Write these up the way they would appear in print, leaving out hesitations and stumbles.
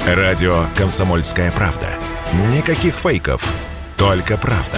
Радио «Комсомольская правда». Никаких фейков, только правда.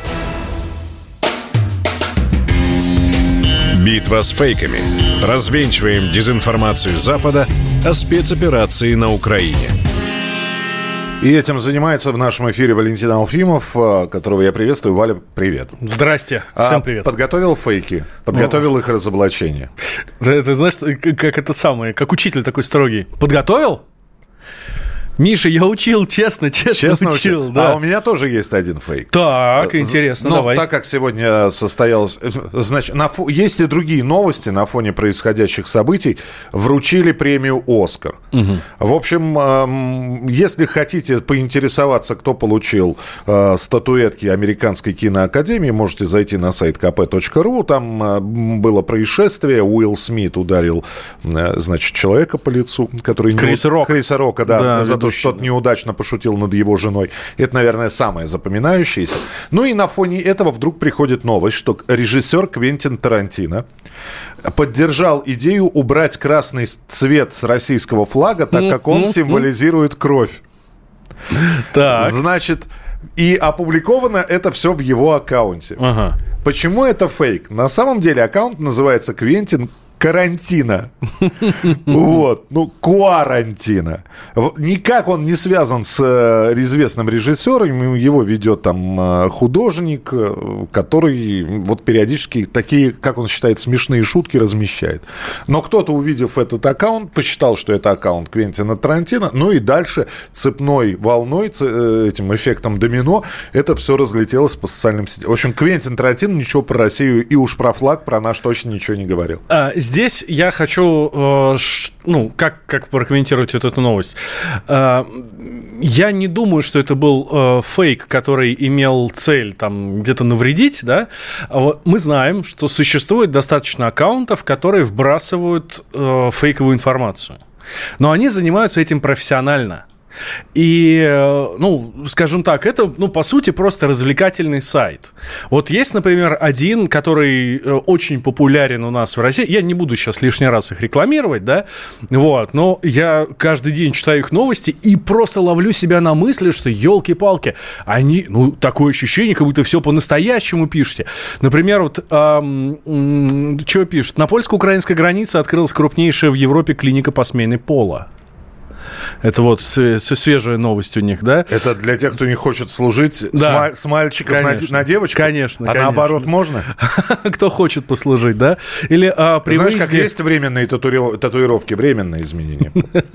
Битва с фейками. Развенчиваем дезинформацию Запада о спецоперации на Украине. И этим занимается в нашем эфире Валентин Алфимов, которого я приветствую. Валя, привет. Здрасте. Всем привет. Подготовил фейки, подготовил их разоблачение. Ты знаешь, как это самое, как учитель такой строгий. Подготовил? Миша, я учил, честно учил. Да. А у меня тоже есть один фейк. Так, интересно, но давай. Так как сегодня состоялось... Значит, есть и другие новости на фоне происходящих событий. Вручили премию «Оскар». Угу. В общем, если хотите поинтересоваться, кто получил статуэтки Американской киноакадемии, можете зайти на сайт kp.ru. Там было происшествие. Уилл Смит ударил, значит, человека по лицу, который... Криса Рока, да, за то, что тот неудачно пошутил над его женой. Это, наверное, самое запоминающееся. Ну и на фоне этого вдруг приходит новость, что режиссер Квентин Тарантино поддержал идею убрать красный цвет с российского флага, так как он символизирует кровь. Так. Значит, и опубликовано это все в его аккаунте. Ага. Почему это фейк? На самом деле аккаунт называется Квентин Карантина. Вот. Куарантина. Никак он не связан с известным режиссером. Его ведет там художник, который вот периодически такие, как он считает, смешные шутки размещает. Но кто-то, увидев этот аккаунт, посчитал, что это аккаунт Квентина Тарантино. Ну и дальше цепной волной, этим эффектом домино, это все разлетелось по социальным сетям. В общем, Квентин Тарантино ничего про Россию и уж про флаг, про наш точно ничего не говорил. Здесь я хочу, как прокомментировать вот эту новость. Я не думаю, что это был фейк, который имел цель там где-то навредить, да. Мы знаем, что существует достаточно аккаунтов, которые вбрасывают фейковую информацию. Но они занимаются этим профессионально. И, скажем так, это, по сути, просто развлекательный сайт. Вот есть, например, один, который очень популярен у нас в России. Я не буду сейчас лишний раз их рекламировать, да, вот, но я каждый день читаю их новости и просто ловлю себя на мысли, что, елки-палки, они, такое ощущение, как будто все по-настоящему пишете. Например, вот, что пишут? На польско-украинской границе открылась крупнейшая в Европе клиника по смене пола. Это вот свежая новость у них, да? Это для тех, кто не хочет служить с мальчиков на девочку? Конечно. А наоборот можно? Кто хочет послужить, да? Или при Знаешь, как есть временные татуировки, временные изменения.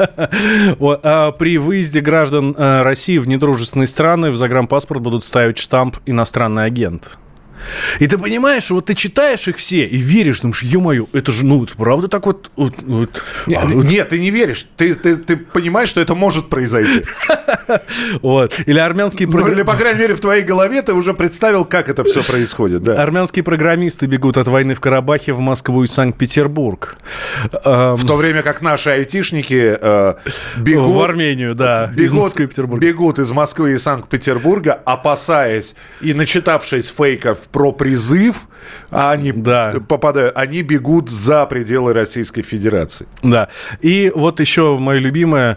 При выезде граждан России в недружественные страны в загранпаспорт будут ставить штамп «Иностранный агент». И ты понимаешь, вот ты читаешь их все и веришь, думаешь, ё-моё, это же, это правда так вот... Нет, ты не веришь, ты понимаешь, что это может произойти. Вот. Или армянские... Или, по крайней мере, в твоей голове ты уже представил, как это все происходит, да. Армянские программисты бегут от войны в Карабахе в Москву и Санкт-Петербург. В то время как наши айтишники бегут... В Армению, да, из Москвы и Петербурга. Бегут из Москвы и Санкт-Петербурга, опасаясь и начитавшись фейков про призыв, они бегут за пределы Российской Федерации. Да. И вот еще мое любимое...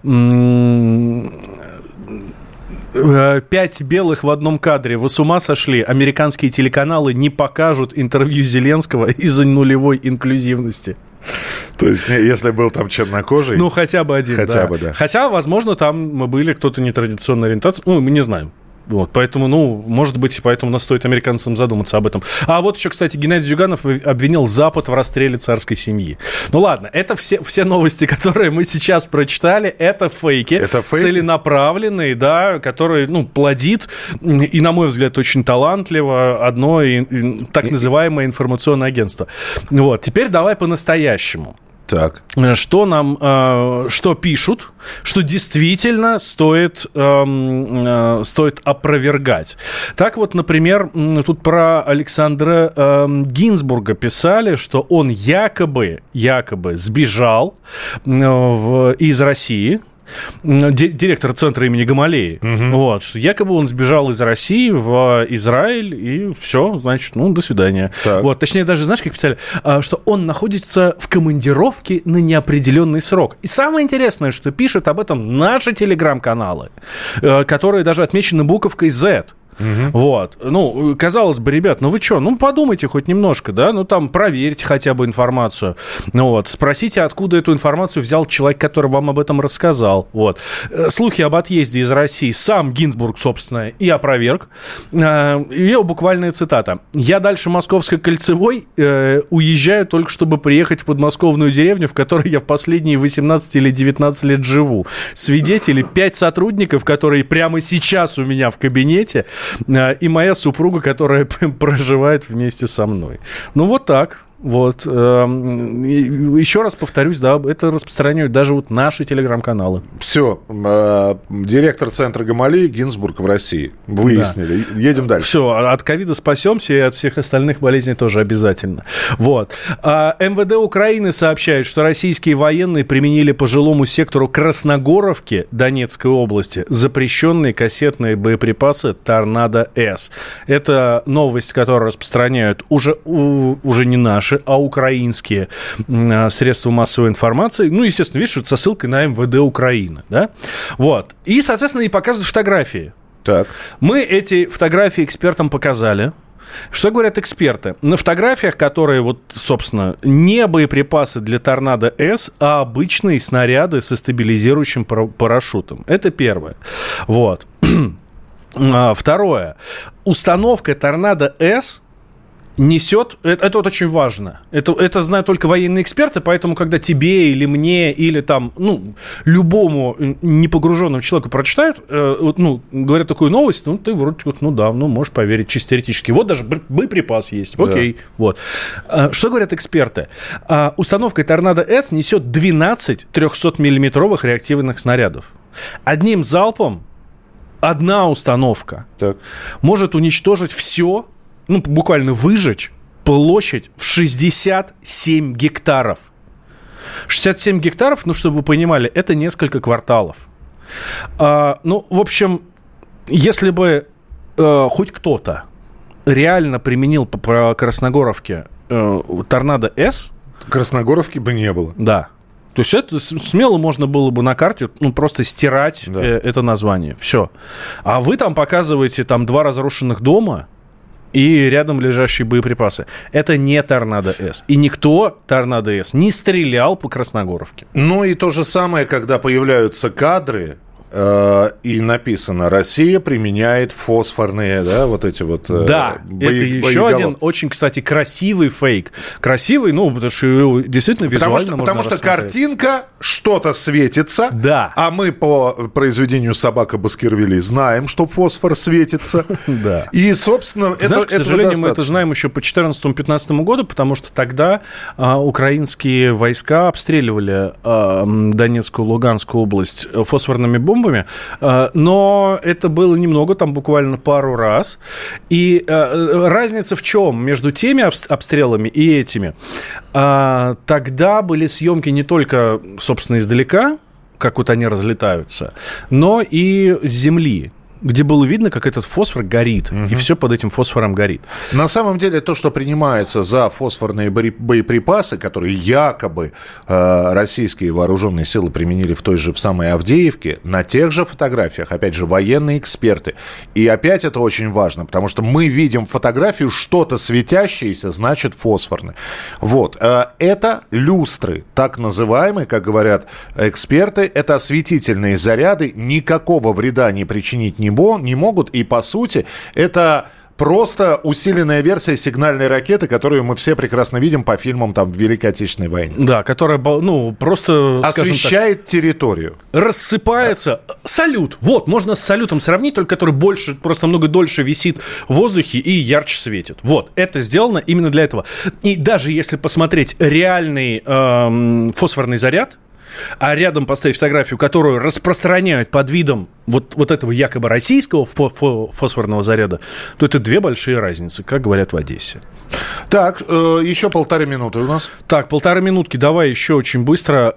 5 белых в одном кадре. Вы с ума сошли? Американские телеканалы не покажут интервью Зеленского из-за нулевой инклюзивности. То есть, если был там чернокожий... хотя бы один, хотя бы, да. Хотя, возможно, там были кто-то нетрадиционной ориентации. Мы не знаем. Вот, поэтому, может быть, поэтому нас стоит американцам задуматься об этом. А вот еще, кстати, Геннадий Зюганов обвинил Запад в расстреле царской семьи. Ладно, это все новости, которые мы сейчас прочитали, это фейки. Это фейки? Целенаправленные, да, которые, плодит, и, на мой взгляд, очень талантливо одно так называемое информационное агентство. Вот, теперь давай по-настоящему. Так. Что пишут, что действительно стоит опровергать. Так вот, например, тут про Александра Гинзбурга писали, что он якобы сбежал из России, директор центра имени Гамалеи, вот, что якобы он сбежал из России в Израиль, и все, значит, до свидания. Вот, точнее, даже, знаешь, как писали, что он находится в командировке на неопределенный срок. И самое интересное, что пишут об этом наши телеграм-каналы, которые даже отмечены буковкой Z. Вот. Казалось бы, ребят, вы что, подумайте хоть немножко, да, там проверьте хотя бы информацию, вот, спросите, откуда эту информацию взял человек, который вам об этом рассказал, вот. Слухи об отъезде из России сам Гинзбург, собственно, и опроверг. Ее буквальная цитата: «Я дальше Московской кольцевой уезжаю только чтобы приехать в подмосковную деревню, в которой я в последние 18 или 19 лет живу. Свидетели 5 сотрудников, которые прямо сейчас у меня в кабинете, и моя супруга, которая проживает вместе со мной». Вот так. Вот. Еще раз повторюсь, да, это распространяют даже вот наши телеграм-каналы. Все. Директор центра Гамалеи Гинзбург в России. Выяснили. Да. Едем дальше. Все. От ковида спасемся, и от всех остальных болезней тоже обязательно. Вот. МВД Украины сообщает, что российские военные применили по жилому сектору Красногоровки Донецкой области запрещенные кассетные боеприпасы «Торнадо-С». Это новость, которую распространяют уже не наши, а украинские средства массовой информации. Естественно, видишь, со ссылкой на МВД Украины. Да? Вот. И, соответственно, и показывают фотографии. Так. Мы эти фотографии экспертам показали. Что говорят эксперты? На фотографиях, которые, собственно, не боеприпасы для «Торнадо-С», а обычные снаряды со стабилизирующим парашютом. Это первое. Вот. Второе. Установка «Торнадо-С» несет, это вот очень важно. Это знают только военные эксперты, поэтому, когда тебе или мне, или там, любому непогруженному человеку прочитают, говорят такую новость, ты вроде как, можешь поверить чисто теоретически. Вот даже боеприпас есть. Окей. Да. Вот. Что говорят эксперты? Установка «Торнадо-С» несет 12 300-миллиметровых реактивных снарядов. Одним залпом одна установка может уничтожить все, буквально выжечь площадь в 67 гектаров. 67 гектаров, чтобы вы понимали, это несколько кварталов. В общем, если бы хоть кто-то реально применил по Красногоровке «Торнадо-С», Красногоровки бы не было. Да. То есть это смело можно было бы на карте просто стирать это название. Все. А вы там показываете 2 разрушенных дома и рядом лежащие боеприпасы. Это не «Торнадо-С». И никто «Торнадо-С» не стрелял по Красногоровке. И то же самое, когда появляются кадры, и написано: «Россия применяет фосфорные», эти Да, это еще один очень, кстати, красивый фейк. Красивый, потому что его действительно визуально потому что картинка, что-то светится, а мы по произведению «Собака Баскервилей» знаем, что фосфор светится. Да. И, собственно, к сожалению, мы это знаем еще по 2014-2015 году, потому что тогда украинские войска обстреливали Донецкую, Луганскую область фосфорными бомбами, но это было немного, там буквально пару раз. И разница в чем между теми обстрелами и этими? Тогда были съемки не только, собственно, издалека, как вот они разлетаются, но и с земли, где было видно, как этот фосфор горит, и все под этим фосфором горит. На самом деле, то, что принимается за фосфорные боеприпасы, которые якобы российские вооруженные силы применили в той же в самой Авдеевке, на тех же фотографиях, опять же, военные эксперты. И опять это очень важно, потому что мы видим фотографию, что-то светящееся, значит фосфорное. Вот. Это люстры, так называемые, как говорят эксперты, это осветительные заряды, никакого вреда не причинить не могут, и, по сути, это просто усиленная версия сигнальной ракеты, которую мы все прекрасно видим по фильмам Великой Отечественной войны. Да, которая, просто, освещает территорию. Рассыпается. Да. Салют. Вот, можно с салютом сравнить, только который просто много дольше висит в воздухе и ярче светит. Вот, это сделано именно для этого. И даже если посмотреть реальный фосфорный заряд, а рядом поставить фотографию, которую распространяют под видом вот этого якобы российского фосфорного заряда, то это две большие разницы, как говорят в Одессе. Так, еще 1,5 минуты у нас. Так, 1,5 минутки, давай еще очень быстро.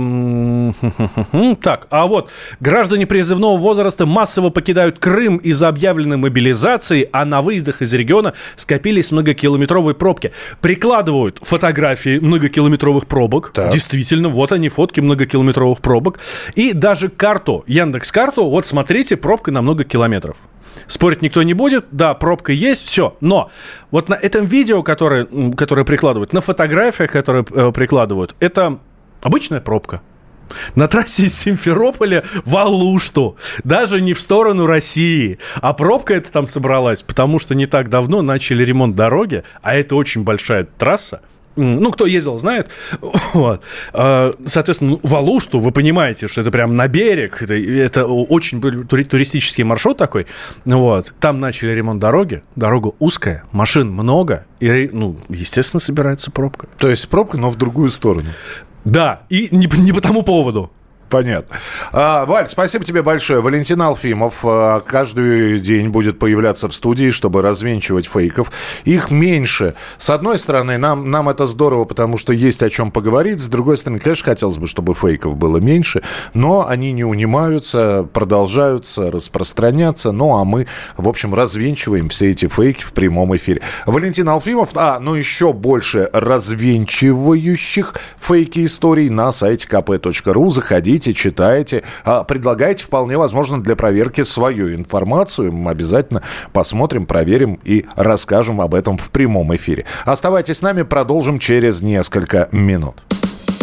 Так, а вот, граждане призывного возраста массово покидают Крым из-за объявленной мобилизации, а на выездах из региона скопились многокилометровые пробки. Прикладывают фотографии многокилометровых пробок. Так. Действительно, вот они, фотки многокилометровых пробок. И даже карту, Яндекс.Карту, вот смотрите, пробка на много километров. Спорить никто не будет, да, пробка есть, все. Но вот на этом видео, которое прикладывают, на фотографиях, которые прикладывают, это обычная пробка. На трассе из Симферополя в Алушту. Даже не в сторону России. А пробка эта там собралась, потому что не так давно начали ремонт дороги, а это очень большая трасса. Ну, кто ездил, знает. Вот. Соответственно, в Алушту, вы понимаете, что это прям на берег. Это очень туристический маршрут такой. Вот. Там начали ремонт дороги. Дорога узкая, машин много. И, естественно, собирается пробка. То есть пробка, но в другую сторону. Да, и не по тому поводу. Понятно. Валь, спасибо тебе большое. Валентин Алфимов каждый день будет появляться в студии, чтобы развенчивать фейков. Их меньше. С одной стороны, нам это здорово, потому что есть о чем поговорить. С другой стороны, конечно, хотелось бы, чтобы фейков было меньше. Но они не унимаются, продолжаются распространяться. Ну, а мы, в общем, развенчиваем все эти фейки в прямом эфире. Валентин Алфимов, еще больше развенчивающих фейки историй на сайте kp.ru. Заходите, читайте, предлагайте, вполне возможно, для проверки свою информацию. Мы обязательно посмотрим, проверим и расскажем об этом в прямом эфире. Оставайтесь с нами, продолжим через несколько минут.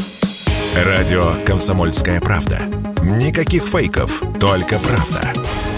Радио «Комсомольская правда». Никаких фейков, только правда.